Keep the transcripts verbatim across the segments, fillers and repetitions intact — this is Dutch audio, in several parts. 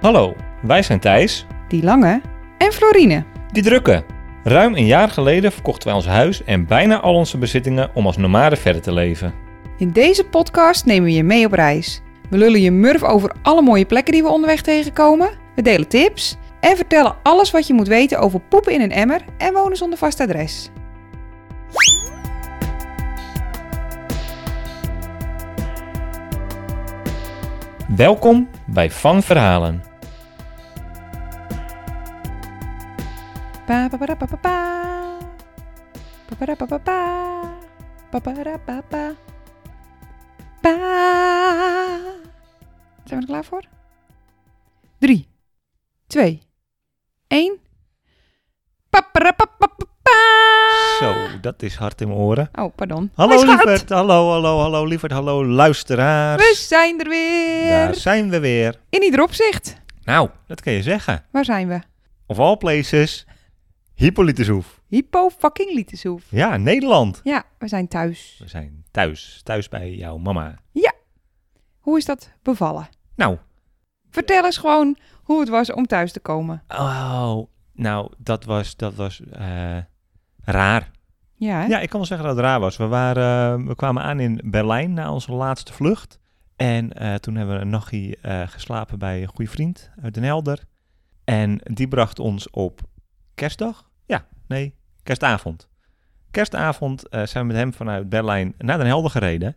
Hallo, wij zijn Thijs, Die Lange en Florine. die Drukke. Ruim een jaar geleden verkochten wij ons huis en bijna al onze bezittingen om als nomaden verder te leven. In deze podcast nemen we je mee op reis. We lullen je murf over alle mooie plekken die we onderweg tegenkomen. We delen tips en vertellen alles wat je moet weten over poepen in een emmer en wonen zonder vast adres. Welkom bij Van Verhalen. Pa pa pa pa pa pa. Pa pa pa pa pa. Pa pa pa pa. Pa. Zijn we er klaar voor? Drie, twee, één. Pa pa pa pa pa pa. Zo, dat is hard in mijn oren. Oh, pardon. Hallo Hij schat. lieverd, hallo, hallo, hallo lieverd, hallo luisteraars. We zijn er weer. Daar zijn we weer. In ieder opzicht. Nou, dat kan je zeggen. Waar zijn we? Of all places, Hippolytushoef. Hippo fucking Lieteshoef. Ja, Nederland. Ja, we zijn thuis. We zijn thuis, thuis bij jouw mama. Hoe is dat bevallen? Nou, Vertel eens gewoon hoe het was om thuis te komen. oh, nou, dat was, dat was uh, raar. Ja, hè? Ja, ik kan wel zeggen dat het raar was. We, waren, uh, we kwamen aan in Berlijn na onze laatste vlucht. En uh, toen hebben we een nachtje uh, geslapen bij een goede vriend uit Den Helder. En die bracht ons op kerstdag. Ja, nee, kerstavond. Kerstavond uh, zijn we met hem vanuit Berlijn naar Den Helder gereden.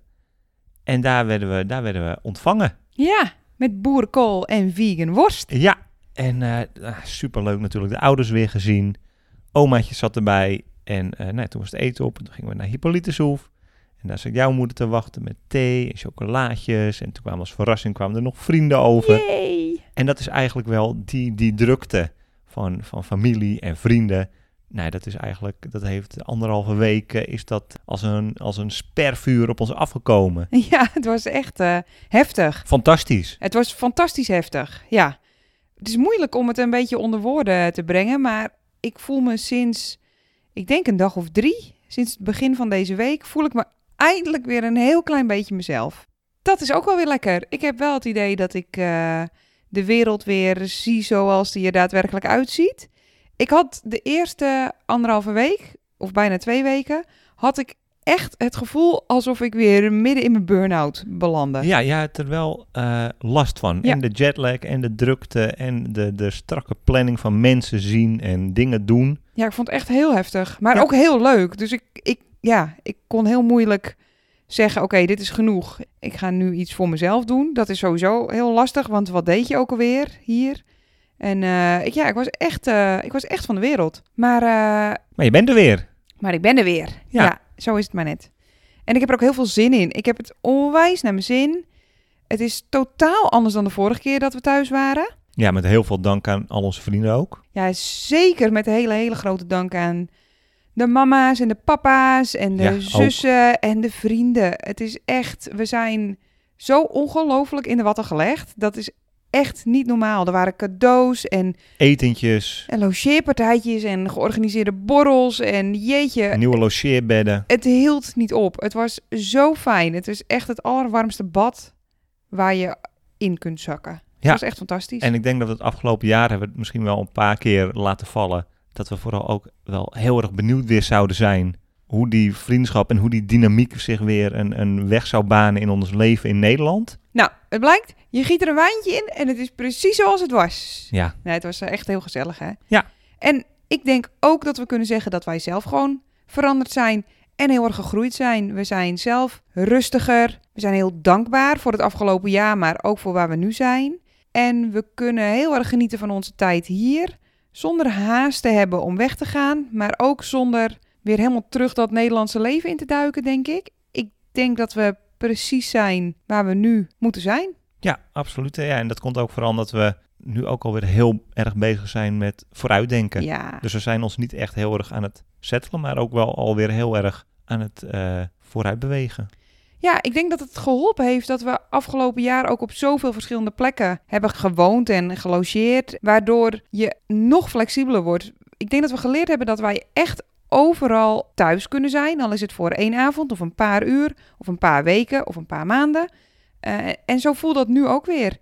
En daar werden we, daar werden we ontvangen. Ja, met boerenkool en vegan worst. Ja, en uh, superleuk natuurlijk. De ouders weer gezien. Omaatje zat erbij. En uh, nou, toen was het eten op. En toen gingen we naar Hippolytushoef. En daar zat jouw moeder te wachten met thee en chocolaatjes. En toen kwamen als verrassing kwamen er nog vrienden over. Yay! En dat is eigenlijk wel die, die drukte van, van familie en vrienden. Nee, dat is eigenlijk, dat heeft anderhalve week uh, is dat als een, als een spervuur op ons afgekomen. Ja, het was echt uh, heftig. Fantastisch. Het was fantastisch heftig, ja. Het is moeilijk om het een beetje onder woorden te brengen, maar ik voel me sinds, ik denk een dag of drie, sinds het begin van deze week, voel ik me eindelijk weer een heel klein beetje mezelf. Dat is ook wel weer lekker. Ik heb wel het idee dat ik uh, de wereld weer zie zoals die er daadwerkelijk uitziet. Ik had de eerste anderhalve week, of bijna twee weken, had ik echt het gevoel alsof ik weer midden in mijn burn-out belandde. Ja, je hebt er wel uh, last van. Ja. En de jetlag en de drukte en de, de strakke planning van mensen zien en dingen doen. Ja, ik vond het echt heel heftig, maar Ja. ook heel leuk. Dus ik, ik, ja, ik kon heel moeilijk zeggen, oké, okay, dit is genoeg. Ik ga nu iets voor mezelf doen. Dat is sowieso heel lastig, want wat deed je ook alweer hier? En uh, ik, ja, ik was, echt, uh, ik was echt van de wereld. Maar, uh, Maar je bent er weer. maar ik ben er weer. Ja. Ja, zo is het maar net. En ik heb er ook heel veel zin in. Ik heb het onwijs naar mijn zin. Het is totaal anders dan de vorige keer dat we thuis waren. Ja, met heel veel dank aan al onze vrienden ook. Ja, zeker met een hele, hele grote dank aan de mama's en de papa's en de Ja, zussen en de vrienden. Het is echt, we zijn zo ongelooflijk in de watten gelegd. Dat is echt niet normaal. Er waren cadeaus en, Etentjes, en logeerpartijtjes en georganiseerde borrels en jeetje. nieuwe logeerbedden. Het hield niet op. Het was zo fijn. Het is echt het allerwarmste bad waar je in kunt zakken. Het Ja. was echt fantastisch. En ik denk dat we het afgelopen jaar hebben we het misschien wel een paar keer laten vallen. Dat we vooral ook wel heel erg benieuwd weer zouden zijn hoe die vriendschap en hoe die dynamiek zich weer een, een weg zou banen in ons leven in Nederland. Nou, het blijkt, je giet er een wijntje in en het is precies zoals het was. Ja, Nee, het was echt heel gezellig, hè? Ja. En ik denk ook dat we kunnen zeggen dat wij zelf gewoon veranderd zijn en heel erg gegroeid zijn. We zijn zelf rustiger. We zijn heel dankbaar voor het afgelopen jaar, maar ook voor waar we nu zijn. En we kunnen heel erg genieten van onze tijd hier, zonder haast te hebben om weg te gaan, maar ook zonder weer helemaal terug dat Nederlandse leven in te duiken, denk ik. Ik denk dat we precies zijn waar we nu moeten zijn. ja, absoluut. Ja, en dat komt ook vooral omdat we nu ook alweer heel erg bezig zijn met vooruitdenken. Ja. Dus we zijn ons niet echt heel erg aan het settelen, maar ook wel alweer heel erg aan het uh, vooruitbewegen. Ja, ik denk dat het geholpen heeft dat we afgelopen jaar ook op zoveel verschillende plekken hebben gewoond en gelogeerd, waardoor je nog flexibeler wordt. Ik denk dat we geleerd hebben dat wij echt overal thuis kunnen zijn, al is het voor één avond of een paar uur of een paar weken of een paar maanden. Uh, en zo voelt dat nu ook weer.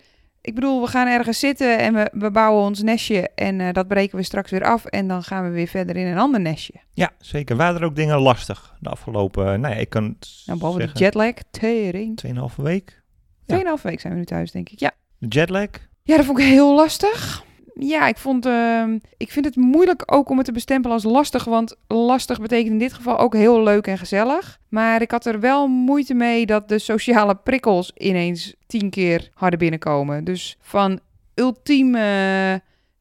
Ik bedoel, we gaan ergens zitten en we, we bouwen ons nestje en uh, dat breken we straks weer af en dan gaan we weer verder in een ander nestje. Ja, zeker. Waren er ook dingen lastig de afgelopen, uh, nou ja, ik kan Nou, behalve zeggen, de jetlag, tering. tweeënhalve week. Tweeënhalve week zijn we nu thuis, denk ik. Ja. De jetlag? Ja, dat vond ik heel lastig. Ja, ik vond, uh, ik vind het moeilijk ook om het te bestempelen als lastig, want lastig betekent in dit geval ook heel leuk en gezellig. Maar ik had er wel moeite mee dat de sociale prikkels ineens tien keer harder binnenkomen. Dus van ultieme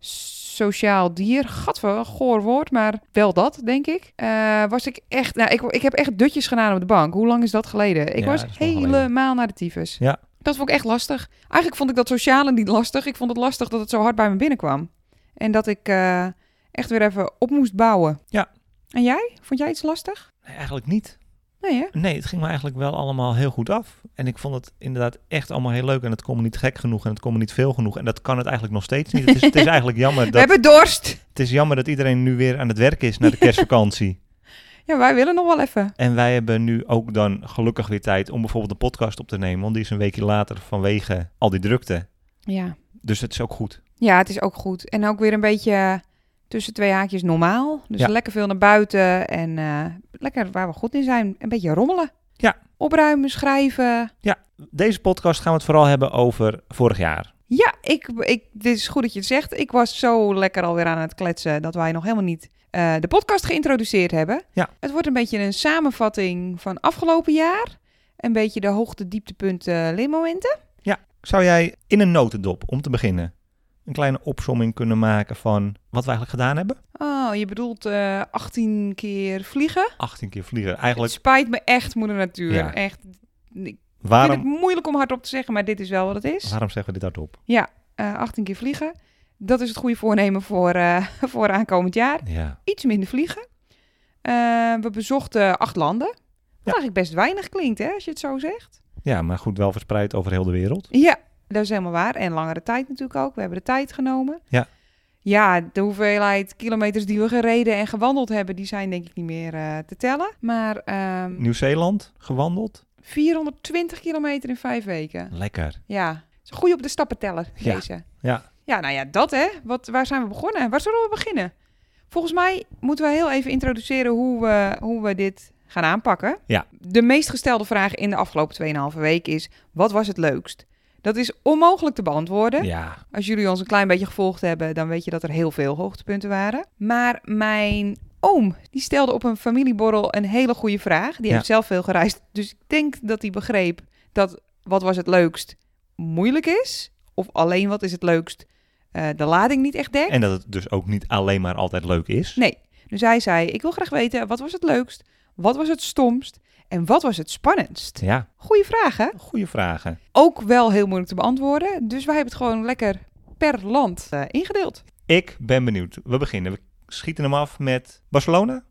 sociaal dier, gadver, een goor woord, maar wel dat, denk ik. Uh, was ik echt, nou, ik, ik heb echt dutjes gedaan op de bank. Hoe lang is dat geleden? Ik Ja, was dat is lang helemaal geleden. naar de tyfus. Ja. Dat vond ik echt lastig. Eigenlijk vond ik dat sociale niet lastig. Ik vond het lastig dat het zo hard bij me binnenkwam. En dat ik uh, echt weer even op moest bouwen. Ja. En jij? Vond jij iets lastig? Nee, eigenlijk niet. Nee, hè? Nee, het ging me eigenlijk wel allemaal heel goed af. En ik vond het inderdaad echt allemaal heel leuk. En het kon me niet gek genoeg en het kon me niet veel genoeg. En dat kan het eigenlijk nog steeds niet. Het is, het is eigenlijk jammer We dat, hebben dorst. het is jammer dat iedereen nu weer aan het werk is na de kerstvakantie. Ja, wij willen nog wel even. En wij hebben nu ook dan gelukkig weer tijd om bijvoorbeeld een podcast op te nemen. Want die is een weekje later vanwege al die drukte. Ja. Dus het is ook goed. Ja, het is ook goed. En ook weer een beetje tussen twee haakjes normaal. Dus Ja. lekker veel naar buiten en uh, lekker waar we goed in zijn. Een beetje rommelen. Ja. Opruimen, schrijven. Deze podcast gaan we het vooral hebben over vorig jaar. Ja, ik, ik, dit is goed dat je het zegt. Ik was zo lekker alweer aan het kletsen dat wij nog helemaal niet uh, de podcast geïntroduceerd hebben. Ja. Het wordt een beetje een samenvatting van afgelopen jaar. Een beetje de hoogte, dieptepunten, leermomenten. Zou jij in een notendop, om te beginnen, een kleine opsomming kunnen maken van wat we eigenlijk gedaan hebben? Oh, je bedoelt uh, achttien keer vliegen? achttien keer vliegen. Het Eigenlijk, spijt me echt, moeder natuur. Ja. Echt. Ik waarom, vind het moeilijk om hardop te zeggen, maar dit is wel wat het is. waarom zeggen we dit hardop? Ja, uh, achttien keer vliegen. Dat is het goede voornemen voor, uh, voor aankomend jaar. Ja. Iets minder vliegen. Uh, we bezochten acht landen. Wat Ja. eigenlijk best weinig klinkt, hè, als je het zo zegt. ja, maar goed, wel verspreid over heel de wereld. Ja, dat is helemaal waar. En langere tijd natuurlijk ook. We hebben de tijd genomen. Ja. Ja, de hoeveelheid kilometers die we gereden en gewandeld hebben, die zijn denk ik niet meer uh, te tellen. Maar um, Nieuw-Zeeland, gewandeld. vierhonderdtwintig kilometer in vijf weken. Lekker. Ja, is een goeie op de stappenteller, Ja. deze. Ja. Ja, nou ja, dat hè. Wat, waar zijn we begonnen? Waar zullen we beginnen? Volgens mij moeten we heel even introduceren hoe we, hoe we dit gaan aanpakken. Ja. De meest gestelde vraag in de afgelopen tweeënhalve week is, wat was het leukst? Dat is onmogelijk te beantwoorden. Ja. Als jullie ons een klein beetje gevolgd hebben, dan weet je dat er heel veel hoogtepunten waren. Maar mijn oom, die stelde op een familieborrel een hele goede vraag. Die Ja. heeft zelf veel gereisd. Dus ik denk dat hij begreep dat wat was het leukst moeilijk is. Of alleen wat is het leukst uh, de lading niet echt dekt. En dat het dus ook niet alleen maar altijd leuk is. Nee. Dus hij zei, ik wil graag weten, wat was het leukst? Wat was het stomst? En wat was het spannendst? Ja, Goeie vraag, hè? goede vragen. Ook wel heel moeilijk te beantwoorden. Dus wij hebben het gewoon lekker per land uh, ingedeeld. Ik ben benieuwd. We beginnen. We schieten hem af met Barcelona.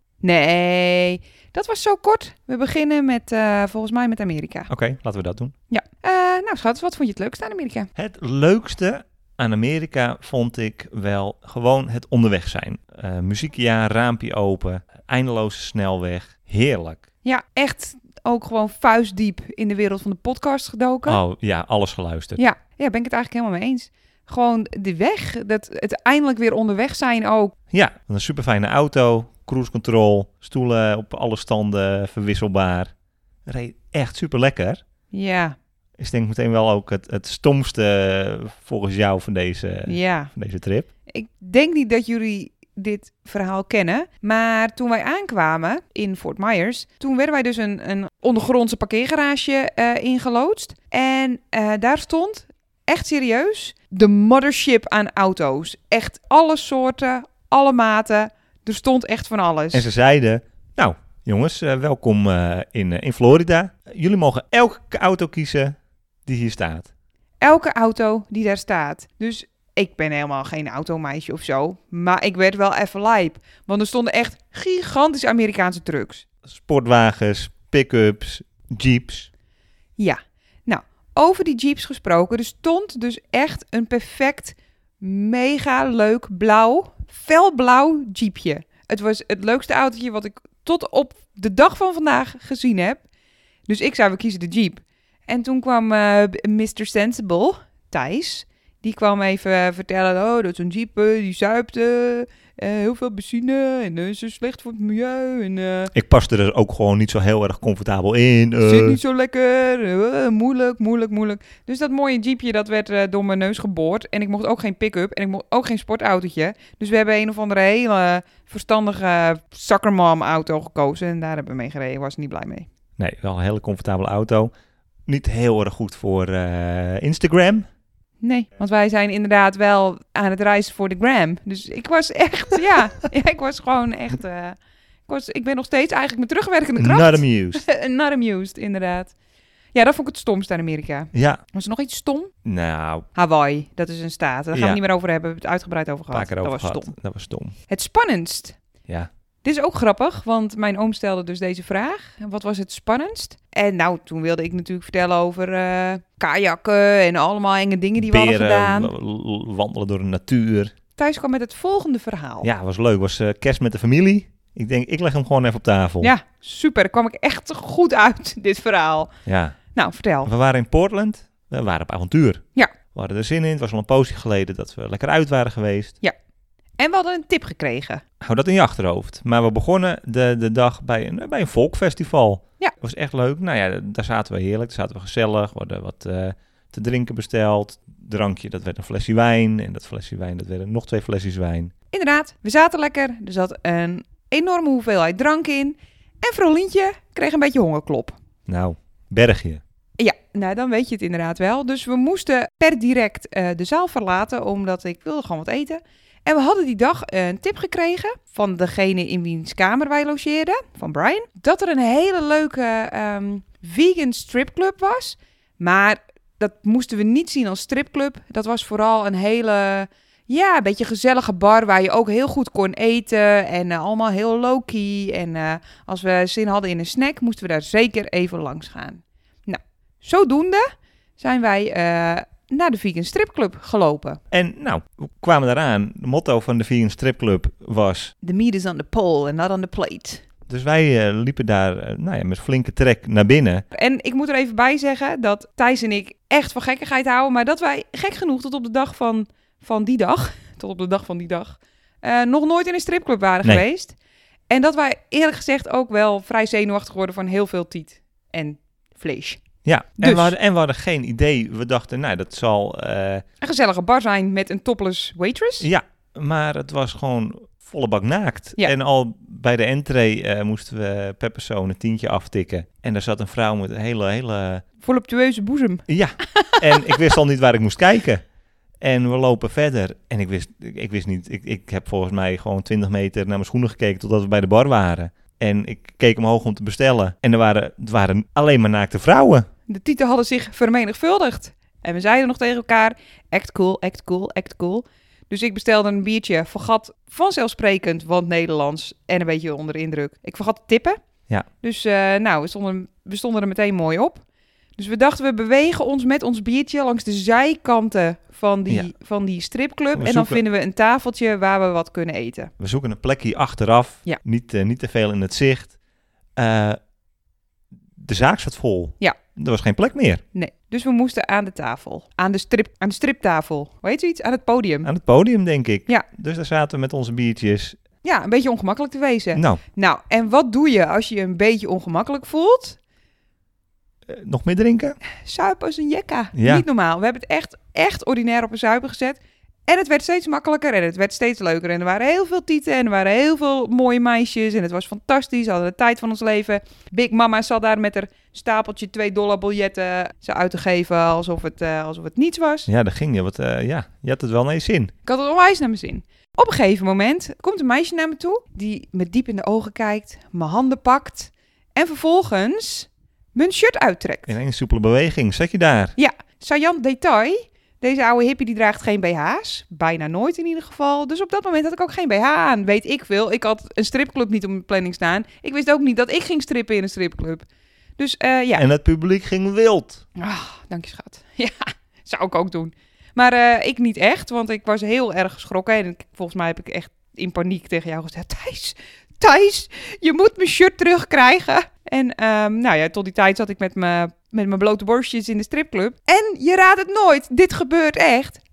Nee, dat was zo kort. We beginnen met, uh, volgens mij met Amerika. Oké, okay, laten we dat doen. Ja. Uh, nou schat, wat vond je het leukste aan Amerika? Het leukste aan Amerika vond ik wel gewoon het onderweg zijn. Uh, muziekje aan, raampje open, eindeloze snelweg. Heerlijk. Ja, echt ook gewoon vuistdiep in de wereld van de podcast gedoken. Oh ja, alles geluisterd. Ja, ja, ben ik het eigenlijk helemaal mee eens. Gewoon de weg, dat het eindelijk weer onderweg zijn ook. Ja, een super fijne auto, cruise control, stoelen op alle standen, verwisselbaar. Reed echt super lekker. Ja. Is denk ik meteen wel ook het, het stomste volgens jou van deze, ja. van deze trip. Ik denk niet dat jullie dit verhaal kennen, maar toen wij aankwamen in Fort Myers, toen werden wij dus een, een ondergrondse parkeergarage uh, ingeloodst. En uh, daar stond, echt serieus, de mothership aan auto's. Echt alle soorten, alle maten. Er stond echt van alles. En ze zeiden, nou jongens, uh, welkom uh, in, uh, in Florida. Jullie mogen elke auto kiezen die hier staat. Elke auto die daar staat. Dus ik ben helemaal geen automeisje of zo. Maar ik werd wel even lijp. Want er stonden echt gigantische Amerikaanse trucks. Sportwagens, pick-ups, jeeps. Ja, nou, over die jeeps gesproken. Er stond dus echt een perfect, mega leuk blauw, felblauw jeepje. Het was het leukste autootje wat ik tot op de dag van vandaag gezien heb. Dus ik zou we kiezen de jeep. En toen kwam uh, mister Sensible, Thijs. Die kwam even vertellen, oh, dat is een jeep, uh, die zuipt uh, uh, heel veel benzine en uh, is slecht voor het milieu. En, uh, ik paste er ook gewoon niet zo heel erg comfortabel in. Uh. Zit niet zo lekker, uh, moeilijk, moeilijk, moeilijk. Dus dat mooie jeepje, dat werd uh, door mijn neus geboord. En ik mocht ook geen pick-up en ik mocht ook geen sportautootje. Dus we hebben een of andere hele verstandige zakkermam-auto gekozen. En daar hebben we mee gereden, ik was er niet blij mee. Nee, wel een hele comfortabele auto. Niet heel erg goed voor uh, Instagram. Nee, want wij zijn inderdaad wel aan het reizen voor de gram. Dus ik was echt, ja, ja, ik was gewoon echt, uh, ik, was, ik ben nog steeds eigenlijk met terugwerkende kracht. Not amused. Not amused, inderdaad. Ja, dat vond ik het stomste in Amerika. Ja. Was er nog iets stom? Nou. Hawaii, dat is een staat. Daar gaan ja. we niet meer over hebben. We hebben het uitgebreid over gehad. Een paar keer over dat was gehad. stom. Dat was stom. Het spannendst. Ja. Dit is ook grappig, want mijn oom stelde dus deze vraag. Wat was het spannendst? En nou, toen wilde ik natuurlijk vertellen over uh, kajakken en allemaal enge dingen die Beren, we hadden gedaan. w- wandelen door de natuur. Thuis kwam met het volgende verhaal. Ja, was leuk. Was uh, kerst met de familie. Ik denk, ik leg hem gewoon even op tafel. Ja, super. Daar kwam ik echt goed uit, dit verhaal. Ja. Nou, vertel. We waren in Portland. We waren op avontuur. Ja. We hadden er zin in. Het was al een poosje geleden dat we lekker uit waren geweest. Ja. En we hadden een tip gekregen. Hou dat in je achterhoofd. Maar we begonnen de, de dag bij een, bij een volkfestival. Ja. Dat was echt leuk. Nou ja, daar zaten we heerlijk. Daar zaten we gezellig. We hadden wat uh, te drinken besteld. Drankje, dat werd een flesje wijn. En dat flesje wijn, dat werden nog twee flesjes wijn. Inderdaad, we zaten lekker. Er zat een enorme hoeveelheid drank in. En Vrolientje kreeg een beetje hongerklop. Nou, bergje. Ja, nou dan weet je het inderdaad wel. Dus we moesten per direct uh, de zaal verlaten, omdat ik wilde gewoon wat eten. En we hadden die dag een tip gekregen van degene in wiens kamer wij logeerden, van Brian, dat er een hele leuke um, vegan stripclub was. Maar dat moesten we niet zien als stripclub. Dat was vooral een hele, ja, een beetje gezellige bar waar je ook heel goed kon eten en uh, allemaal heel low-key. En uh, als we zin hadden in een snack, moesten we daar zeker even langs gaan. Nou, zodoende zijn wij uh, naar de vegan stripclub gelopen. En nou, we kwamen daaraan. De motto van de vegan stripclub was... The meat is on the pole and not on the plate. Dus wij uh, liepen daar uh, nou ja, met flinke trek naar binnen. En ik moet er even bij zeggen dat Thijs en ik echt van gekkigheid houden. Maar dat wij gek genoeg tot op de dag van, van die dag, tot op de dag van die dag, uh, nog nooit in een stripclub waren nee. geweest. En dat wij eerlijk gezegd ook wel vrij zenuwachtig worden van heel veel tiet en vlees. Ja, dus. en, we hadden, en we hadden geen idee. We dachten, nou, dat zal... Uh... Een gezellige bar zijn met een topless waitress. Ja, maar het was gewoon volle bak naakt. Ja. En al bij de entree uh, moesten we per persoon een tientje aftikken. En daar zat een vrouw met een hele, hele... voluptueuze boezem. Ja, en ik wist al niet waar ik moest kijken. En we lopen verder. En ik wist, ik, ik wist niet... Ik, ik heb volgens mij gewoon twintig meter naar mijn schoenen gekeken totdat we bij de bar waren. En ik keek omhoog om te bestellen. En er waren, er waren alleen maar naakte vrouwen. De tieten hadden zich vermenigvuldigd. En we zeiden nog tegen elkaar, act cool, act cool, act cool. Dus ik bestelde een biertje, vergat vanzelfsprekend, want Nederlands en een beetje onder de indruk. Ik vergat te tippen. Ja. Dus uh, nou, we stonden, we stonden er meteen mooi op. Dus we dachten, we bewegen ons met ons biertje langs de zijkanten van die, ja. van die stripclub. We en dan zoeken... vinden we een tafeltje waar we wat kunnen eten. We zoeken een plekje achteraf, ja. niet, uh, niet te veel in het zicht. Uh, de zaak zat vol. Ja. Er was geen plek meer. Nee, dus we moesten aan de tafel. Aan de, strip, aan de striptafel. Hoe heet zoiets? Aan het podium. Aan het podium, denk ik. Ja. Dus daar zaten we met onze biertjes. Ja, een beetje ongemakkelijk te wezen. Nou. Nou, en wat doe je als je je een beetje ongemakkelijk voelt? Uh, nog meer drinken? Suipen als een jekka. Ja. Niet normaal. We hebben het echt, echt ordinair op een zuipen gezet. En het werd steeds makkelijker en het werd steeds leuker. En er waren heel veel tieten en er waren heel veel mooie meisjes. En het was fantastisch. We hadden de tijd van ons leven. Big Mama zat daar met haar stapeltje twee dollar biljetten ze uit te geven alsof het, uh, alsof het niets was. Ja, dat ging je. Wat, uh, ja, je had het wel naar je zin. Ik had het onwijs naar mijn zin. Op een gegeven moment komt een meisje naar me toe die me diep in de ogen kijkt, mijn handen pakt en vervolgens mijn shirt uittrekt. In één soepele beweging zat je daar. Ja, saillant detail. Deze oude hippie die draagt geen B H's. Bijna nooit in ieder geval. Dus op dat moment had ik ook geen B H aan. Weet ik veel. Ik had een stripclub niet op mijn planning staan. Ik wist ook niet dat ik ging strippen in een stripclub. Dus uh, ja. En het publiek ging wild. Ah, dank je schat. Ja, zou ik ook doen. Maar uh, ik niet echt, want ik was heel erg geschrokken. En ik, volgens mij heb ik echt in paniek tegen jou gezegd. Thijs, Thijs, je moet mijn shirt terugkrijgen. En um, nou ja, tot die tijd zat ik met mijn... met mijn blote borstjes in de stripclub. En je raadt het nooit, dit gebeurt echt.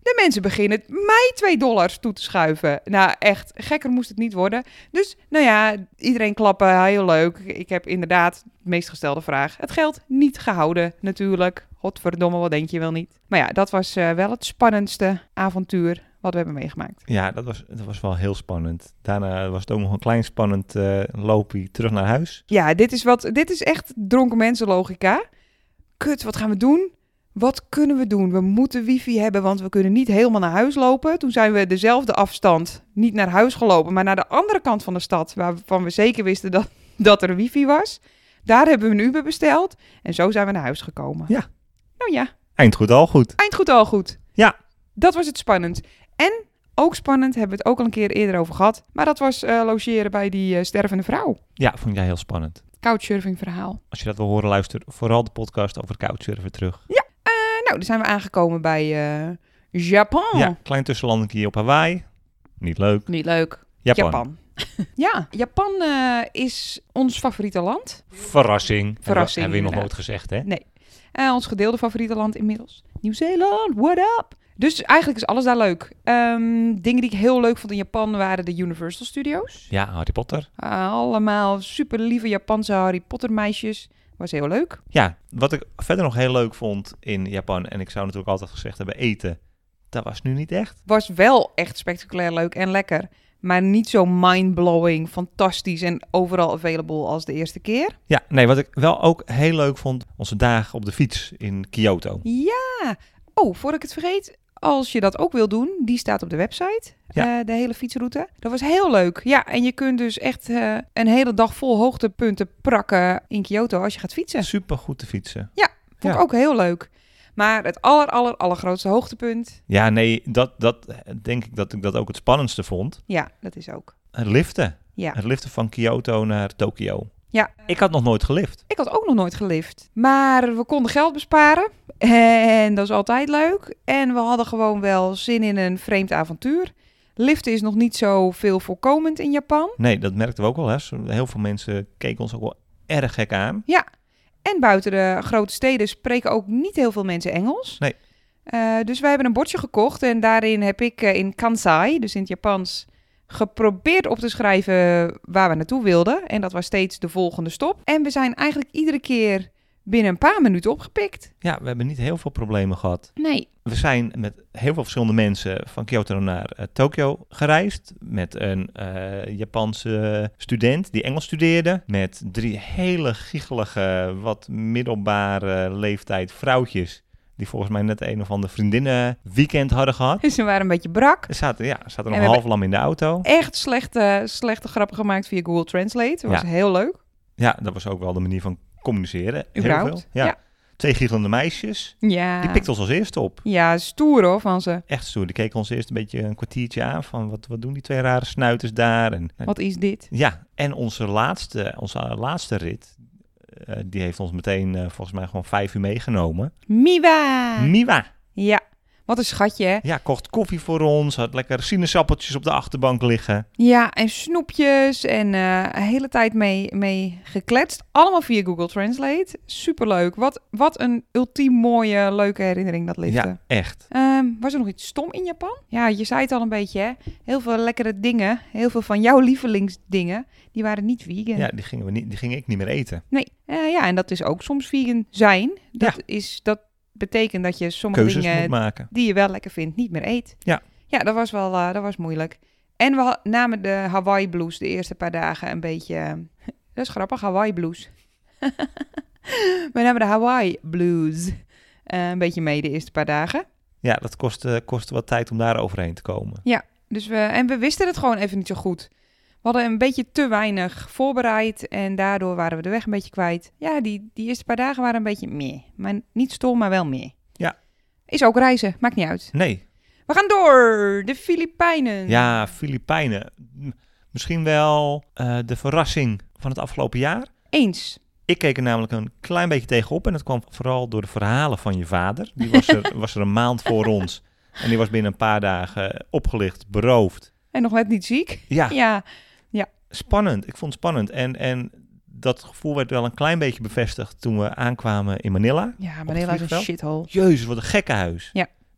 De mensen beginnen mij twee dollars toe te schuiven. Nou, echt, gekker moest het niet worden. Dus, nou ja, iedereen klappen, heel leuk. Ik heb inderdaad de meest gestelde vraag. Het geld niet gehouden, natuurlijk. Godverdomme, wat denk je wel niet. Maar ja, dat was uh, wel het spannendste avontuur wat we hebben meegemaakt. Ja, dat was, dat was wel heel spannend. Daarna was het ook nog een klein spannend uh, loopje terug naar huis. Ja, dit is, wat, dit is echt dronken mensenlogica. Kut, wat gaan we doen? Wat kunnen we doen? We moeten wifi hebben, want we kunnen niet helemaal naar huis lopen. Toen zijn we dezelfde afstand niet naar huis gelopen, maar naar de andere kant van de stad, waarvan we zeker wisten dat, dat er wifi was. Daar hebben we een Uber besteld en zo zijn we naar huis gekomen. Ja. Nou ja. Eind goed, al goed. Eind goed, al goed. Ja. Dat was het spannend. En ook spannend, hebben we het ook al een keer eerder over gehad, maar dat was uh, logeren bij die uh, stervende vrouw. Ja, vond jij heel spannend. Couchsurfing verhaal. Als je dat wil horen, luister vooral de podcast over couchsurfen terug. Ja. Nou, dan zijn we aangekomen bij uh, Japan. Ja, klein tussenlandje op Hawaii. Niet leuk. Niet leuk. Japan. Japan. Ja, Japan uh, is ons favoriete land. Verrassing. Verrassing. Hebben we nog inderdaad. nooit gezegd, hè? Nee. Uh, ons gedeelde favoriete land inmiddels. Nieuw-Zeeland, what up? Dus eigenlijk is alles daar leuk. Um, dingen die ik heel leuk vond in Japan waren de Universal Studios. Ja, Harry Potter. Uh, allemaal super lieve Japanse Harry Potter meisjes. Was heel leuk. Ja, wat ik verder nog heel leuk vond in Japan, en ik zou natuurlijk altijd gezegd hebben eten, dat was nu niet echt. Was wel echt spectaculair leuk en lekker. Maar niet zo mindblowing, fantastisch en overal available als de eerste keer. Ja, nee, wat ik wel ook heel leuk vond, onze dagen op de fiets in Kyoto. Ja. Oh, voor ik het vergeet, als je dat ook wil doen, die staat op de website. Ja. Uh, de hele fietsroute. Dat was heel leuk. Ja, en je kunt dus echt uh, een hele dag vol hoogtepunten prakken in Kyoto als je gaat fietsen. Super goed te fietsen. Ja, vond ja. ik ook heel leuk. Maar het aller, aller, allergrootste hoogtepunt. Ja, nee, dat, dat denk ik dat ik dat ook het spannendste vond. Ja, dat is ook. Het liften. Ja. Het liften van Kyoto naar Tokio. Ja. Ik had nog nooit gelift. Ik had ook nog nooit gelift. Maar we konden geld besparen. En dat is altijd leuk. En we hadden gewoon wel zin in een vreemd avontuur. Liften is nog niet zo veel voorkomend in Japan. Nee, dat merkten we ook wel. Hè. Heel veel mensen keken ons ook wel erg gek aan. Ja. En buiten de grote steden spreken ook niet heel veel mensen Engels. Nee. Uh, dus wij hebben een bordje gekocht. En daarin heb ik uh, in Kansai, dus in het Japans, geprobeerd op te schrijven waar we naartoe wilden. En dat was steeds de volgende stop. En we zijn eigenlijk iedere keer binnen een paar minuten opgepikt. Ja, we hebben niet heel veel problemen gehad. Nee. We zijn met heel veel verschillende mensen van Kyoto naar uh, Tokio gereisd. Met een uh, Japanse student die Engels studeerde. Met drie hele giechelige, wat middelbare leeftijd vrouwtjes. Die volgens mij net een of ander vriendinnen weekend hadden gehad. Ze waren een beetje brak. Ze zaten, ja, zaten en nog half lam in de auto. Echt slechte, slechte grappen gemaakt via Google Translate. Dat was ja. heel leuk. Ja, dat was ook wel de manier van communiceren. Überhaupt. Heel veel. Ja. Ja. Twee giechelende meisjes. Ja. Die pikten ons als eerste op. Ja, stoer hoor van ze. Echt stoer. Die keken ons eerst een beetje een kwartiertje aan van wat, wat doen die twee rare snuiters daar. En, wat is dit? Ja, en onze laatste, onze laatste rit, uh, die heeft ons meteen uh, volgens mij gewoon vijf uur meegenomen. Miwa! Miwa! Ja, wat een schatje hè? Ja, kocht koffie voor ons, had lekker sinaasappeltjes op de achterbank liggen. Ja, en snoepjes en uh, een hele tijd mee, mee gekletst. Allemaal via Google Translate. Superleuk. Wat, wat een ultiem mooie, leuke herinnering dat liften. Ja, echt. Um, was er nog iets stom in Japan? Ja, je zei het al een beetje hè. Heel veel lekkere dingen. Heel veel van jouw lievelingsdingen. Die waren niet vegan. Ja, die gingen, we niet, die gingen ik niet meer eten. Nee, uh, ja, en dat is ook soms vegan zijn. Dat ja. is... dat betekent dat je sommige keuzes dingen moet maken die je wel lekker vindt, niet meer eet. Ja. Ja, dat was wel uh, dat was moeilijk. En we namen de Hawaii blues de eerste paar dagen een beetje... Uh, dat is grappig, Hawaii blues. We namen de Hawaii blues uh, een beetje mee de eerste paar dagen. Ja, dat kostte, kostte wat tijd om daar overheen te komen. Ja, dus we, en we wisten het gewoon even niet zo goed. We hadden een beetje te weinig voorbereid en daardoor waren we de weg een beetje kwijt. Ja, die, die eerste paar dagen waren een beetje meh. Maar niet stom, maar wel meh. Ja. Is ook reizen, maakt niet uit. Nee. We gaan door, de Filipijnen. Ja, Filipijnen. Misschien wel uh, de verrassing van het afgelopen jaar. Eens. Ik keek er namelijk een klein beetje tegenop en dat kwam vooral door de verhalen van je vader. Die was er, was er een maand voor ons en die was binnen een paar dagen opgelicht, beroofd. En nog net niet ziek. Ja. Ja. Ja. Spannend. Ik vond het spannend. En, en dat gevoel werd wel een klein beetje bevestigd toen we aankwamen in Manila. Ja, Manila is een shithole. Jezus, wat een gekkenhuis. Ja.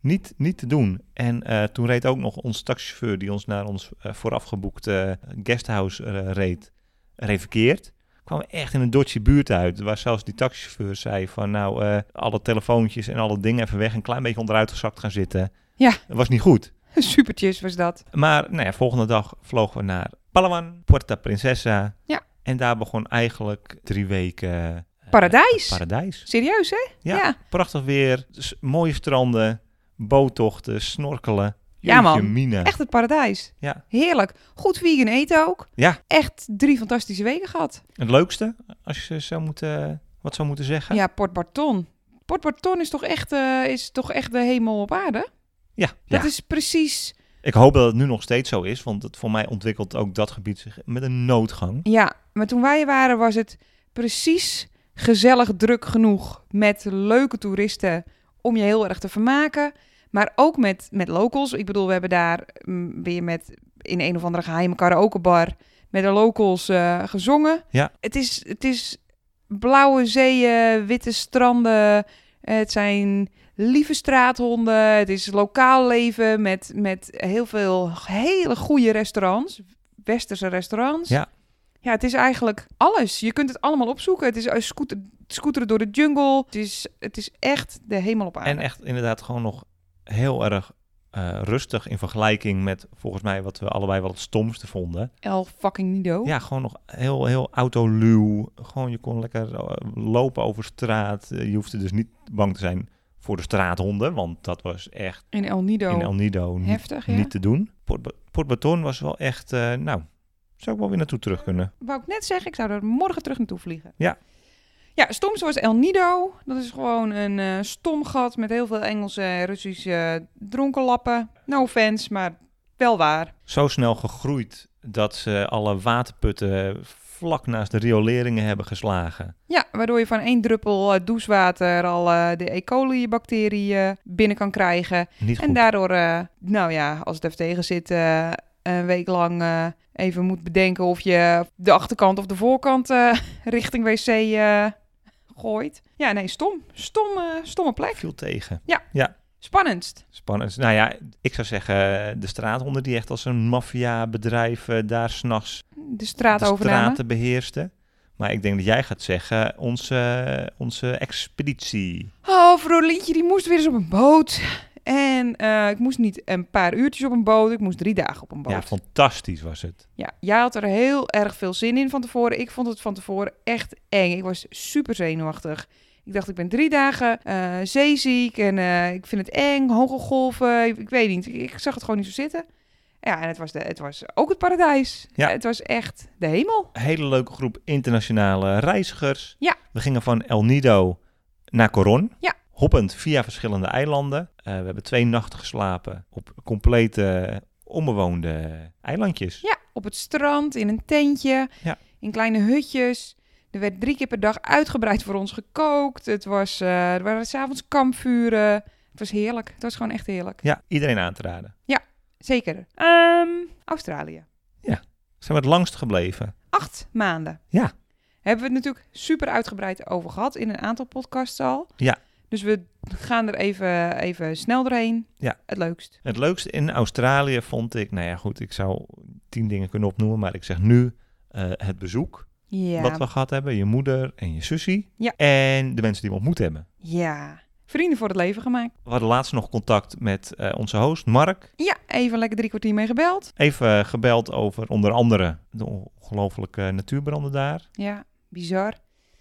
Niet, niet te doen. En uh, toen reed ook nog onze taxichauffeur die ons naar ons uh, voorafgeboekte uh, guesthouse uh, reed, reed verkeerd. Kwamen we echt in een dodgy buurt uit, waar zelfs die taxichauffeur zei van nou, uh, alle telefoontjes en alle dingen even weg, een klein beetje onderuit gezakt gaan zitten. Ja. Dat was niet goed. Supertjes was dat. Maar nou ja, volgende dag vlogen we naar Palawan, Puerto Princesa. Ja. En daar begon eigenlijk drie weken... Uh, paradijs. Paradijs. Serieus, hè? Ja, ja. Prachtig weer, s- mooie stranden, boottochten, snorkelen. Ja man, Mina. Echt het paradijs. Ja. Heerlijk. Goed vegan eten ook. Ja. Echt drie fantastische weken gehad. Het leukste, als je zou moeten, wat zou moeten zeggen? Ja, Port Barton. Port Barton is toch echt, uh, is toch echt de hemel op aarde? Ja. Dat ja. is precies... Ik hoop dat het nu nog steeds zo is, want het, voor mij ontwikkelt ook dat gebied zich met een noodgang. Ja, maar toen wij waren was het precies gezellig druk genoeg met leuke toeristen om je heel erg te vermaken. Maar ook met, met locals. Ik bedoel, we hebben daar mm, weer met in een of andere geheime karaokebar met de locals uh, gezongen. Ja. Het is, het is blauwe zeeën, witte stranden. Het zijn lieve straathonden. Het is lokaal leven met, met heel veel hele goede restaurants. Westerse restaurants. Ja. Ja, het is eigenlijk alles. Je kunt het allemaal opzoeken. Het is uh, scooter, scooteren door de jungle. Het is, het is echt de hemel op aarde. En echt inderdaad gewoon nog heel erg uh, rustig in vergelijking met volgens mij wat we allebei wel het stomste vonden. El fucking Nido. Ja, gewoon nog heel, heel autoluw. Gewoon je kon lekker uh, lopen over straat. Uh, je hoefde dus niet bang te zijn voor de straathonden, want dat was echt In El Nido. in El Nido Heftig, niet, ja. niet te doen. Port, Port Barton was wel echt, uh, nou, zou ik wel weer naartoe terug kunnen. Wou ik net zeggen, ik zou er morgen terug naartoe vliegen. Ja. Ja, stomste was El Nido. Dat is gewoon een uh, stom gat met heel veel Engelse en Russische uh, dronkenlappen. No offense, maar wel waar. Zo snel gegroeid dat ze alle waterputten vlak naast de rioleringen hebben geslagen. Ja, waardoor je van één druppel uh, douchewater al uh, de E. coli-bacterie uh, binnen kan krijgen. Niet goed. En daardoor, uh, nou ja, als het even tegen zit, uh, een week lang uh, even moet bedenken of je de achterkant of de voorkant uh, richting wc uh, gooit. Ja, nee, stom. Stom, uh, stomme plek. Viel tegen. Ja. Ja. Spannendst. Spannend. Nou ja, ik zou zeggen de straathonden die echt als een maffiabedrijf uh, daar s'nachts De straat de overnamen. straten beheersten. Maar ik denk dat jij gaat zeggen onze, onze expeditie. Oh, Vrolientje, die moest weer eens op een boot. En uh, ik moest niet een paar uurtjes op een boot, ik moest drie dagen op een boot. Ja, fantastisch was het. Ja, jij had er heel erg veel zin in van tevoren. Ik vond het van tevoren echt eng. Ik was super zenuwachtig. Ik dacht, ik ben drie dagen uh, zeeziek en uh, ik vind het eng, hoge golven. Ik, ik weet niet, ik, ik zag het gewoon niet zo zitten. Ja, en het was, de, het was ook het paradijs. Ja. Het was echt de hemel. Een hele leuke groep internationale reizigers. Ja. We gingen van El Nido naar Coron. Ja. Hoppend via verschillende eilanden. Uh, we hebben twee nachten geslapen op complete onbewoonde eilandjes. Ja, op het strand, in een tentje, Ja. in kleine hutjes. Er werd drie keer per dag uitgebreid voor ons gekookt. Het was, uh, er waren 's avonds kampvuren. Het was heerlijk. Het was gewoon echt heerlijk. Ja, iedereen aan te raden. Zeker. Um, Australië. Zijn we het langst gebleven? Acht maanden. Ja. Hebben we het natuurlijk super uitgebreid over gehad in een aantal podcasts al. Ja. Dus we gaan er even, even snel doorheen. Ja. Het leukst. Het leukste in Australië vond ik, nou ja goed, ik zou tien dingen kunnen opnoemen, maar ik zeg nu uh, het bezoek Ja. wat we gehad hebben. Je moeder en je sussie. Ja. En de mensen die we ontmoet hebben. Ja. Vrienden voor het leven gemaakt. We hadden laatst nog contact met uh, onze host Mark. Ja, even lekker drie kwartier mee gebeld. Even uh, gebeld over onder andere de ongelofelijke natuurbranden daar. Ja, bizar.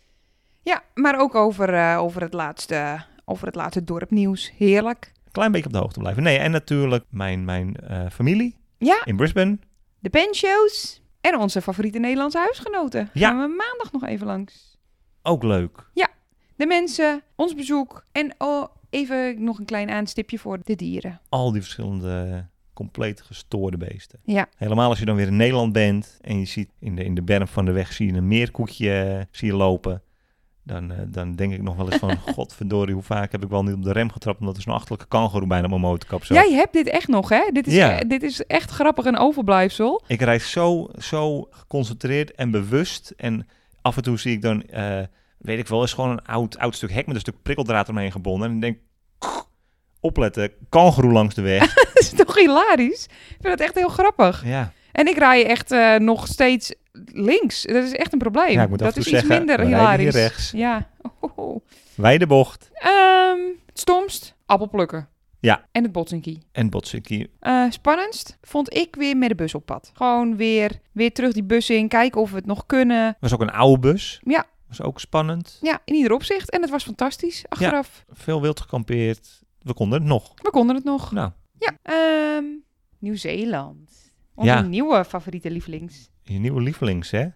Ja, maar ook over, uh, over, het laatste, over het laatste dorpnieuws. Heerlijk. Klein beetje op de hoogte blijven. Nee, en natuurlijk mijn, mijn uh, familie Ja, in Brisbane. de penshows en onze favoriete Nederlandse huisgenoten. Ja. Gaan we maandag nog even langs. Ook leuk. De mensen, ons bezoek en oh, even nog een klein aanstipje voor de dieren. Al die verschillende compleet gestoorde beesten. Ja. Helemaal als je dan weer in Nederland bent en je ziet in de, in de berm van de weg zie je een meerkoetje uh, zie je lopen. Dan, uh, dan denk ik nog wel eens van, godverdorie, hoe vaak heb ik wel niet op de rem getrapt omdat er zo'n achterlijke kangoeroe bijna op mijn motorkap zat. Jij hebt dit echt nog, hè? Dit is, Ja. e- dit is echt grappig een overblijfsel. Ik rijd zo, zo geconcentreerd en bewust en af en toe zie ik dan, uh, weet ik wel, is gewoon een oud, oud stuk hek met een stuk prikkeldraad eromheen gebonden en ik denk, opletten, kangoeroe langs de weg. Dat is toch hilarisch? Ik vind het echt heel grappig. Ja, En ik rij echt uh, nog steeds links. Dat is echt een probleem. ja ik moet dat af en is toe iets zeggen, minder we rijden hilarisch. hier rechts. Ja. Oh, oh, oh. Wij de bocht. Um, het stomst, appelplukken. Ja. En het botsinkie. En botsinkie. Uh, spannendst vond ik weer met de bus op pad. Gewoon weer, weer terug die bus in, kijken of we het nog kunnen. Was ook een oude bus. Ja. Was ook spannend. Ja, in ieder opzicht. En het was fantastisch, achteraf. Ja, veel wild gekampeerd. We konden het nog. We konden het nog. Nou. Ja. Um, Nieuw-Zeeland. Onze ja. nieuwe favoriete lievelings. Je nieuwe lievelings, hè?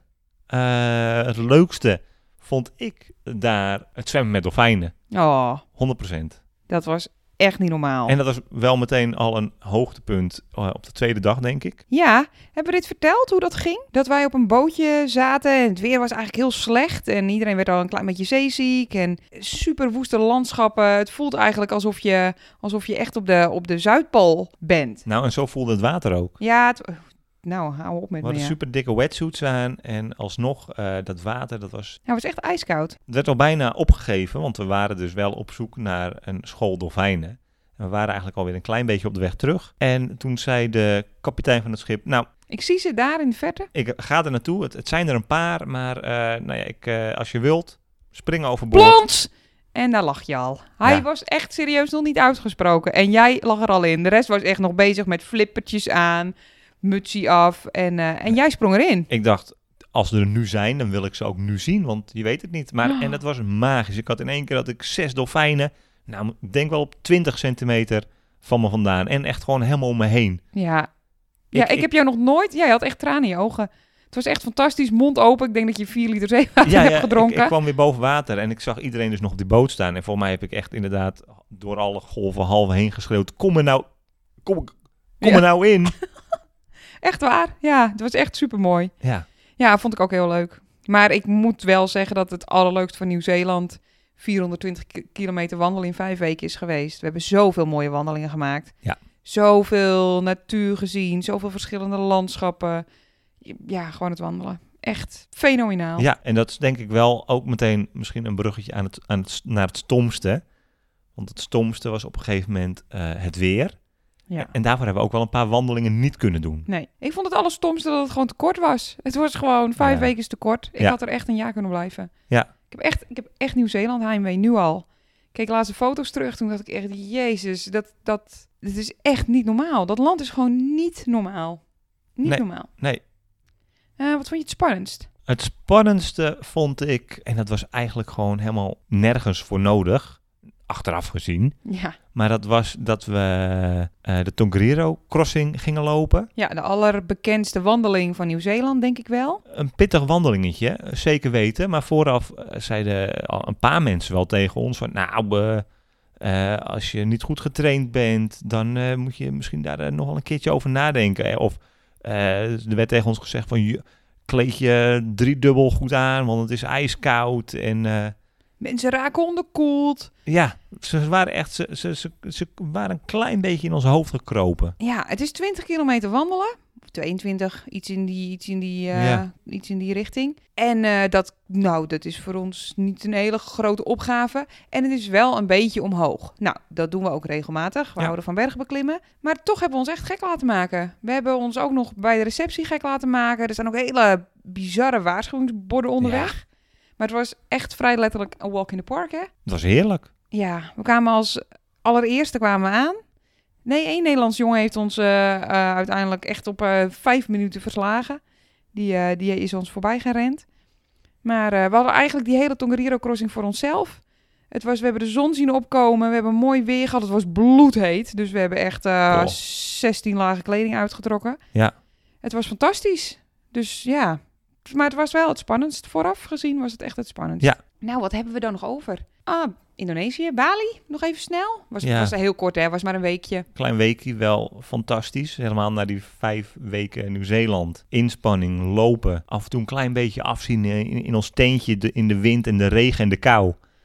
Uh, het leukste vond ik daar het zwemmen met dolfijnen. Oh. honderd procent. Dat was echt niet normaal. En dat was wel meteen al een hoogtepunt uh, op de tweede dag, denk ik. Ja, hebben we dit verteld hoe dat ging? Dat wij op een bootje zaten en het weer was eigenlijk heel slecht. En iedereen werd al een klein beetje zeeziek. En super woeste landschappen. Het voelt eigenlijk alsof je, alsof je echt op de, op de Zuidpool bent. Nou, en zo voelde het water ook. Ja, het, nou, hou op met me. We hadden ja. super dikke wetsuits aan. En alsnog, uh, dat water, dat was... Ja, het was echt ijskoud. Het werd al bijna opgegeven, want we waren dus wel op zoek naar een school dolfijnen. En we waren eigenlijk alweer een klein beetje op de weg terug. En toen zei de kapitein van het schip, nou... Ik zie ze daar in de verte. Ik ga er naartoe. Het, het zijn er een paar, maar uh, nou ja, ik, uh, als je wilt, spring overboord. Plons! En daar lag je al. Hij ja. was echt serieus nog niet uitgesproken. En jij lag er al in. De rest was echt nog bezig met flippertjes aan, mutsie af. En, uh, en jij sprong erin. Ik dacht, als ze er nu zijn, dan wil ik ze ook nu zien, want je weet het niet. Maar, oh. En het was magisch. Ik had in één keer dat ik zes dolfijnen, nou, ik denk wel op twintig centimeter van me vandaan. En echt gewoon helemaal om me heen. Ja, ja ik, ik, ik heb jou nog nooit... Jij had echt tranen in je ogen. Het was echt fantastisch, mond open. Ik denk dat je vier liter zeewater ja, hebt ja, gedronken. Ik, ik kwam weer boven water en ik zag iedereen dus nog op die boot staan. En voor mij heb ik echt inderdaad door alle golven halve heen geschreeuwd. Kom er nou, kom, kom ja. er nou in. Echt waar, ja. Het was echt supermooi. Ja. Ja, vond ik ook heel leuk. Maar ik moet wel zeggen dat het allerleukste van Nieuw-Zeeland vierhonderdtwintig kilometer wandelen in vijf weken is geweest. We hebben zoveel mooie wandelingen gemaakt. Ja. Zoveel natuur gezien, zoveel verschillende landschappen. Ja, gewoon het wandelen. Echt fenomenaal. Ja, en dat is denk ik wel ook meteen misschien een bruggetje aan het, aan het, naar het stomste. Want het stomste was op een gegeven moment uh, het weer. Ja. En daarvoor hebben we ook wel een paar wandelingen niet kunnen doen. Nee, ik vond het allerstomste dat het gewoon te kort was. Het was gewoon vijf ja. weken is te kort. Ik ja. had er echt een jaar kunnen blijven. Ja. Ik heb echt, ik heb echt Nieuw-Zeeland heimwee, nu al. Ik keek laatste foto's terug, toen dacht ik echt, jezus, dat, dat, dit is echt niet normaal. Dat land is gewoon niet normaal. Niet nee. normaal. Nee. Uh, wat vond je het spannendst? Het spannendste vond ik, en dat was eigenlijk gewoon helemaal nergens voor nodig, achteraf gezien. Ja. Maar dat was dat we uh, de Tongariro Crossing gingen lopen. Ja, de allerbekendste wandeling van Nieuw-Zeeland, denk ik wel. Een pittig wandelingetje, zeker weten. Maar vooraf uh, zeiden al een paar mensen wel tegen ons van, nou, uh, uh, als je niet goed getraind bent, dan uh, moet je misschien daar uh, nog wel een keertje over nadenken. Of uh, er werd tegen ons gezegd van, je, kleed je driedubbel goed aan, want het is ijskoud en... Uh, Mensen raken onderkoeld. Ja, ze waren echt, ze, ze, ze, ze waren een klein beetje in ons hoofd gekropen. Ja, het is twintig kilometer wandelen. tweeëntwintig, iets in die, iets in die, uh, ja. iets in die richting. En uh, dat, nou, dat is voor ons niet een hele grote opgave. En het is wel een beetje omhoog. Nou, dat doen we ook regelmatig. We ja. houden van bergbeklimmen. Maar toch hebben we ons echt gek laten maken. We hebben ons ook nog bij de receptie gek laten maken. Er staan ook hele bizarre waarschuwingsborden onderweg. Ja. Maar het was echt vrij letterlijk een walk in the park, hè? Het was heerlijk. Ja, we kwamen als allereerste kwamen we aan. Nee, één Nederlands jongen heeft ons uh, uh, uiteindelijk echt op uh, vijf minuten verslagen. Die, uh, die is ons voorbij gerend. Maar uh, we hadden eigenlijk die hele Tongariro Crossing voor onszelf. Het was, we hebben de zon zien opkomen, we hebben mooi weer gehad. Het was bloedheet, dus we hebben echt uh, oh. zestien lagen kleding uitgetrokken. Ja. Het was fantastisch. Dus ja... Maar het was wel het spannendst. Vooraf gezien was het echt het spannendst. Ja. Nou, wat hebben we dan nog over? Ah, Indonesië, Bali, nog even snel. Was, ja. was heel kort, hè? Was maar een weekje. Klein weekje, wel fantastisch. Helemaal na die vijf weken Nieuw-Zeeland. Inspanning, lopen. Af en toe een klein beetje afzien in, in ons tentje de, in de wind en de regen en de kou.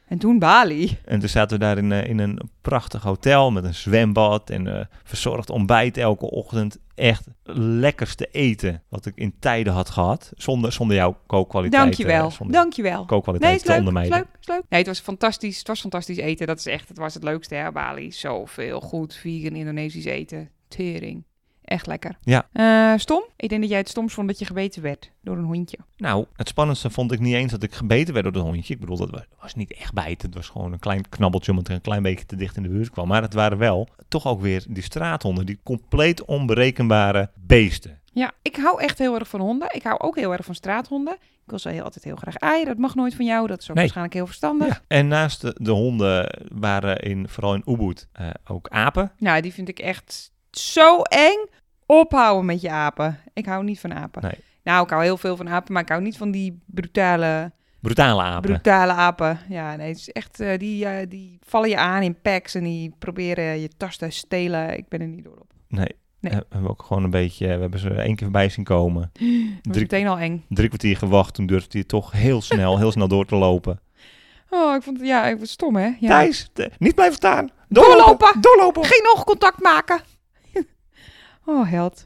En toen Bali. En toen zaten we daar in, uh, in een prachtig hotel met een zwembad en uh, verzorgd ontbijt elke ochtend. Echt lekkerste eten wat ik in tijden had gehad. Zonder, zonder jouw kookkwaliteit. Dankjewel, uh, zonder dankjewel. Kookkwaliteit nee, het is te leuk, het is ondermijnen. leuk, het is leuk. Nee, het was fantastisch. Het was fantastisch eten. Dat is echt, het was het leukste, hè, Bali. Zoveel goed vegan Indonesisch eten. Tering. Echt lekker. Ja. Uh, stom? Ik denk dat jij het stom vond dat je gebeten werd door een hondje. Nou, het spannendste vond ik niet eens dat ik gebeten werd door dat hondje. Ik bedoel, dat was niet echt bijten. Het was gewoon een klein knabbeltje omdat er een klein beetje te dicht in de buurt kwam. Maar het waren wel toch ook weer die straathonden. Die compleet onberekenbare beesten. Ja, ik hou echt heel erg van honden. Ik hou ook heel erg van straathonden. Ik wil ze heel, altijd heel graag aaien. Dat mag nooit van jou. Dat is ook Nee. waarschijnlijk heel verstandig. Ja. En naast de, de honden waren in, vooral in Ubud uh, ook apen. Nou, die vind ik echt zo eng. Ophouden met je apen. Ik hou niet van apen. Nee. Nou, ik hou heel veel van apen, maar ik hou niet van die brutale... Brutale apen. Brutale apen. Ja, nee, het is echt... Uh, die, uh, die vallen je aan in packs en die proberen je tas te stelen. Ik ben er niet door op. Nee. Nee. We hebben ook gewoon een beetje... We hebben ze één keer voorbij zien komen. Dat was drie, meteen al eng. Drie kwartier gewacht. Toen durfde hij toch heel snel, heel snel door te lopen. Oh, ik vond het... Ja, ik vond het stom, hè? Ja. Thijs, de, niet blijven staan. Doorlopen. Doorlopen. Doorlopen. Geen oogcontact maken. Oh, held.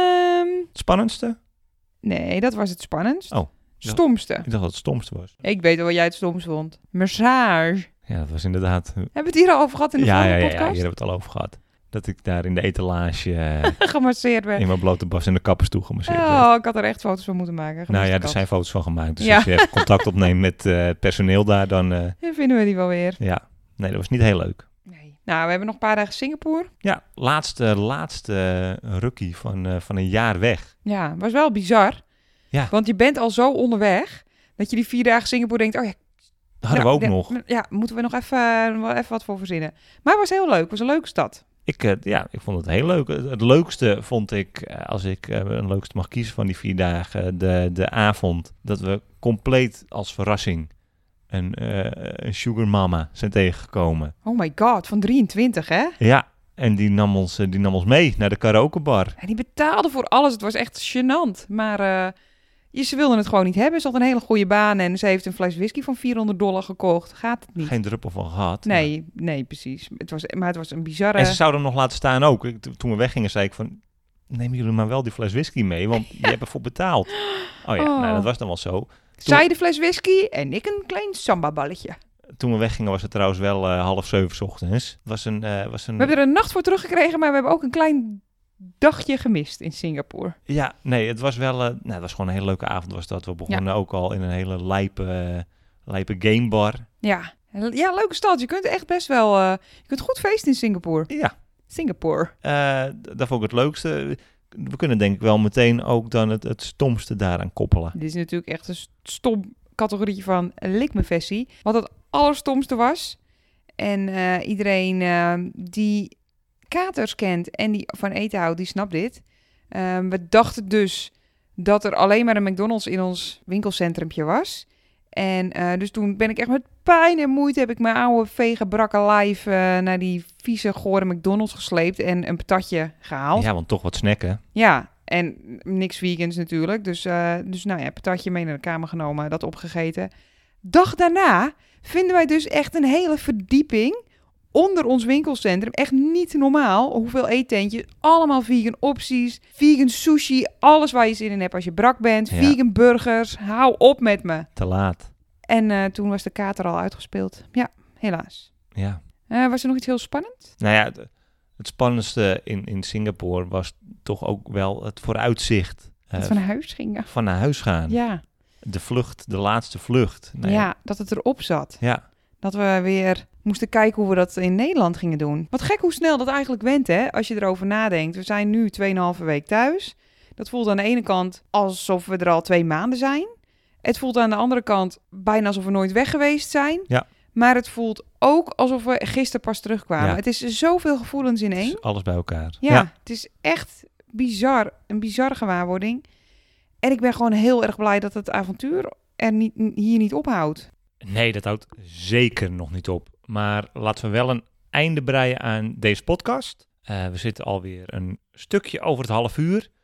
Um, Spannendste? Nee, dat was het spannendst. Oh. Stomste. Ik dacht dat het stomste was. Ik weet wel wat jij het stomst vond. Massage. Ja, dat was inderdaad... Hebben we het hier al over gehad in de ja, vorige ja, ja, podcast? ja, hier hebben we het al over gehad. Dat ik daar in de etalage uh, gemasseerd werd. in mijn blote bas in de kapperstoel gemasseerd werd. Oh, ik had er echt foto's van moeten maken. Nou ja, er kat. zijn foto's van gemaakt. Dus Ja. als je even contact opneemt met uh, het personeel daar, dan... Uh, Dan vinden we die wel weer. Ja, nee, dat was niet heel leuk. Nee. Nou, we hebben nog een paar dagen Singapore. Ja, laatste, laatste rookie van, uh, van een jaar weg. Ja, was wel bizar. Ja. Want je bent al zo onderweg, dat je die vier dagen Singapore denkt, oh ja... Dat hadden nou, we ook de, nog. Ja, moeten we nog even, wel even wat voor verzinnen. Maar het was heel leuk. Het was een leuke stad. Ik, uh, ja, ik vond het heel leuk. Het, het leukste vond ik, uh, als ik uh, een leukste mag kiezen van die vier dagen, de, de avond dat we compleet als verrassing een, uh, een sugar mama zijn tegengekomen. Oh my god, van drieëntwintig, hè? Ja, en die nam ons, uh, die nam ons mee naar de karaokebar. En die betaalde voor alles. Het was echt gênant. Maar uh, ze wilden het gewoon niet hebben. Ze had een hele goede baan en ze heeft een fles whisky van vierhonderd dollar gekocht. Gaat het niet? Geen druppel van gehad. Nee, maar... nee, precies. Het was, maar het was een bizarre... En ze zouden hem nog laten staan ook. Ik, toen we weggingen zei ik van, nemen jullie maar wel die fles whisky mee, want je hebt ervoor betaald. Oh ja, oh. Nou, dat was dan wel zo. Toen... Zij de fles whisky en ik een klein samba-balletje. Toen we weggingen was het trouwens wel uh, half zeven 's ochtends. Was een, uh, was een... We hebben er een nacht voor teruggekregen, maar we hebben ook een klein dagje gemist in Singapore. Ja, nee, het was wel... Uh, nou, het was gewoon een hele leuke avond was dat. We begonnen ja. ook al in een hele lijpe, uh, lijpe gamebar. Ja. ja, leuke stad. Je kunt echt best wel... Uh, je kunt goed feesten in Singapore. Ja. Singapore. Uh, dat vond ik het leukste. We kunnen denk ik wel meteen ook dan het, het stomste daaraan koppelen. Dit is natuurlijk echt een stom categorietje van lik me vessie. Wat het allerstomste was. En uh, iedereen uh, die katers kent en die van eten houdt, die snapt dit. Uh, we dachten dus dat er alleen maar een McDonald's in ons winkelcentrumpje was. En uh, dus toen ben ik echt met pijn en moeite heb ik mijn oude vege brakke lijf uh, naar die vieze gore McDonald's gesleept en een patatje gehaald. Ja, want toch wat snacken. Ja, en niks vegans natuurlijk. Dus, uh, dus nou ja, patatje mee naar de kamer genomen, dat opgegeten. Dag daarna vinden wij dus echt een hele verdieping onder ons winkelcentrum. Echt niet normaal hoeveel eetentjes. Allemaal vegan opties, vegan sushi, alles waar je zin in hebt als je brak bent. Ja. Vegan burgers, hou op met me. Te laat. En uh, toen was de kater al uitgespeeld. Ja, helaas. Ja. Uh, was er nog iets heel spannends? Nou ja, het, het spannendste in, in Singapore was toch ook wel het vooruitzicht. Dat uh, we naar huis gingen. Van naar huis gaan. Ja. De vlucht, de laatste vlucht. Nee. Ja, dat het erop zat. Ja. Dat we weer moesten kijken hoe we dat in Nederland gingen doen. Wat gek hoe snel dat eigenlijk went, hè? Als je erover nadenkt. We zijn nu tweeënhalve week thuis. Dat voelt aan de ene kant alsof we er al twee maanden zijn. Het voelt aan de andere kant bijna alsof we nooit weg geweest zijn. Ja. Maar het voelt ook alsof we gisteren pas terugkwamen. Ja. Het is zoveel gevoelens in één. Alles bij elkaar. Ja, ja, het is echt bizar. Een bizarre gewaarwording. En ik ben gewoon heel erg blij dat het avontuur er niet, hier niet ophoudt. Nee, dat houdt zeker nog niet op. Maar laten we wel een einde breien aan deze podcast. Uh, we zitten alweer een stukje over het half uur.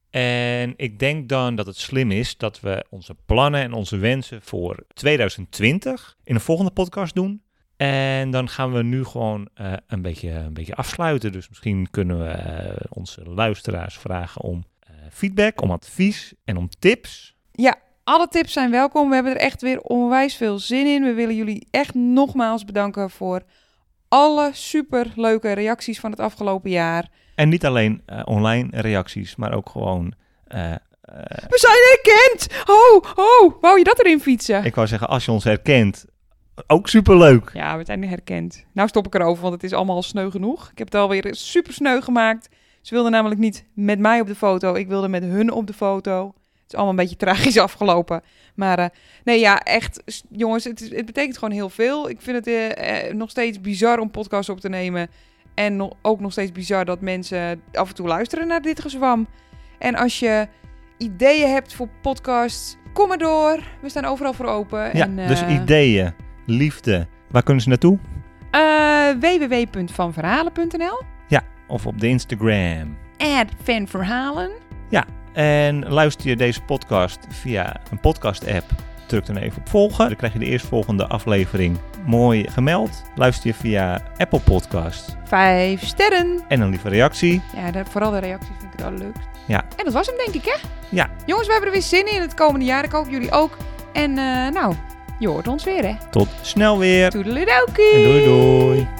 En ik denk dan dat het slim is dat we onze plannen en onze wensen voor tweeduizend twintig in een volgende podcast doen. En dan gaan we nu gewoon uh, een, beetje, een beetje afsluiten. Dus misschien kunnen we uh, onze luisteraars vragen om uh, feedback, om advies en om tips. Ja, alle tips zijn welkom. We hebben er echt weer onwijs veel zin in. We willen jullie echt nogmaals bedanken voor alle superleuke reacties van het afgelopen jaar. En niet alleen uh, online reacties, maar ook gewoon... Uh, uh, we zijn herkend! Ho, ho, wou je dat erin fietsen? Ik wou zeggen, als je ons herkent, ook superleuk. Ja, we zijn herkend. Nou stop ik erover, want het is allemaal sneu genoeg. Ik heb het alweer super sneu gemaakt. Ze wilden namelijk niet met mij op de foto. Ik wilde met hun op de foto. Het is allemaal een beetje tragisch afgelopen. Maar uh, nee, ja, echt, jongens, het, is, het betekent gewoon heel veel. Ik vind het uh, uh, nog steeds bizar om podcasts op te nemen. En no- ook nog steeds bizar dat mensen af en toe luisteren naar dit gezwam. En als je ideeën hebt voor podcasts, kom maar door. We staan overal voor open. Ja, en, uh, dus ideeën, liefde. Waar kunnen ze naartoe? Uh, w w w punt van verhalen punt n l Ja, of op de Instagram. At fanverhalen. Ja, en luister je deze podcast via een podcast-app, druk dan even op volgen. Dan krijg je de eerstvolgende aflevering mooi gemeld. Luister je via Apple Podcasts. Vijf sterren. En een lieve reactie. Ja, de, vooral de reacties vind ik het al leuk. Ja. En dat was hem, denk ik, hè? Ja. Jongens, we hebben er weer zin in het komende jaar. Ik hoop jullie ook. En uh, nou, je hoort ons weer, hè? Tot snel weer. Toedeledokie. En doei doei.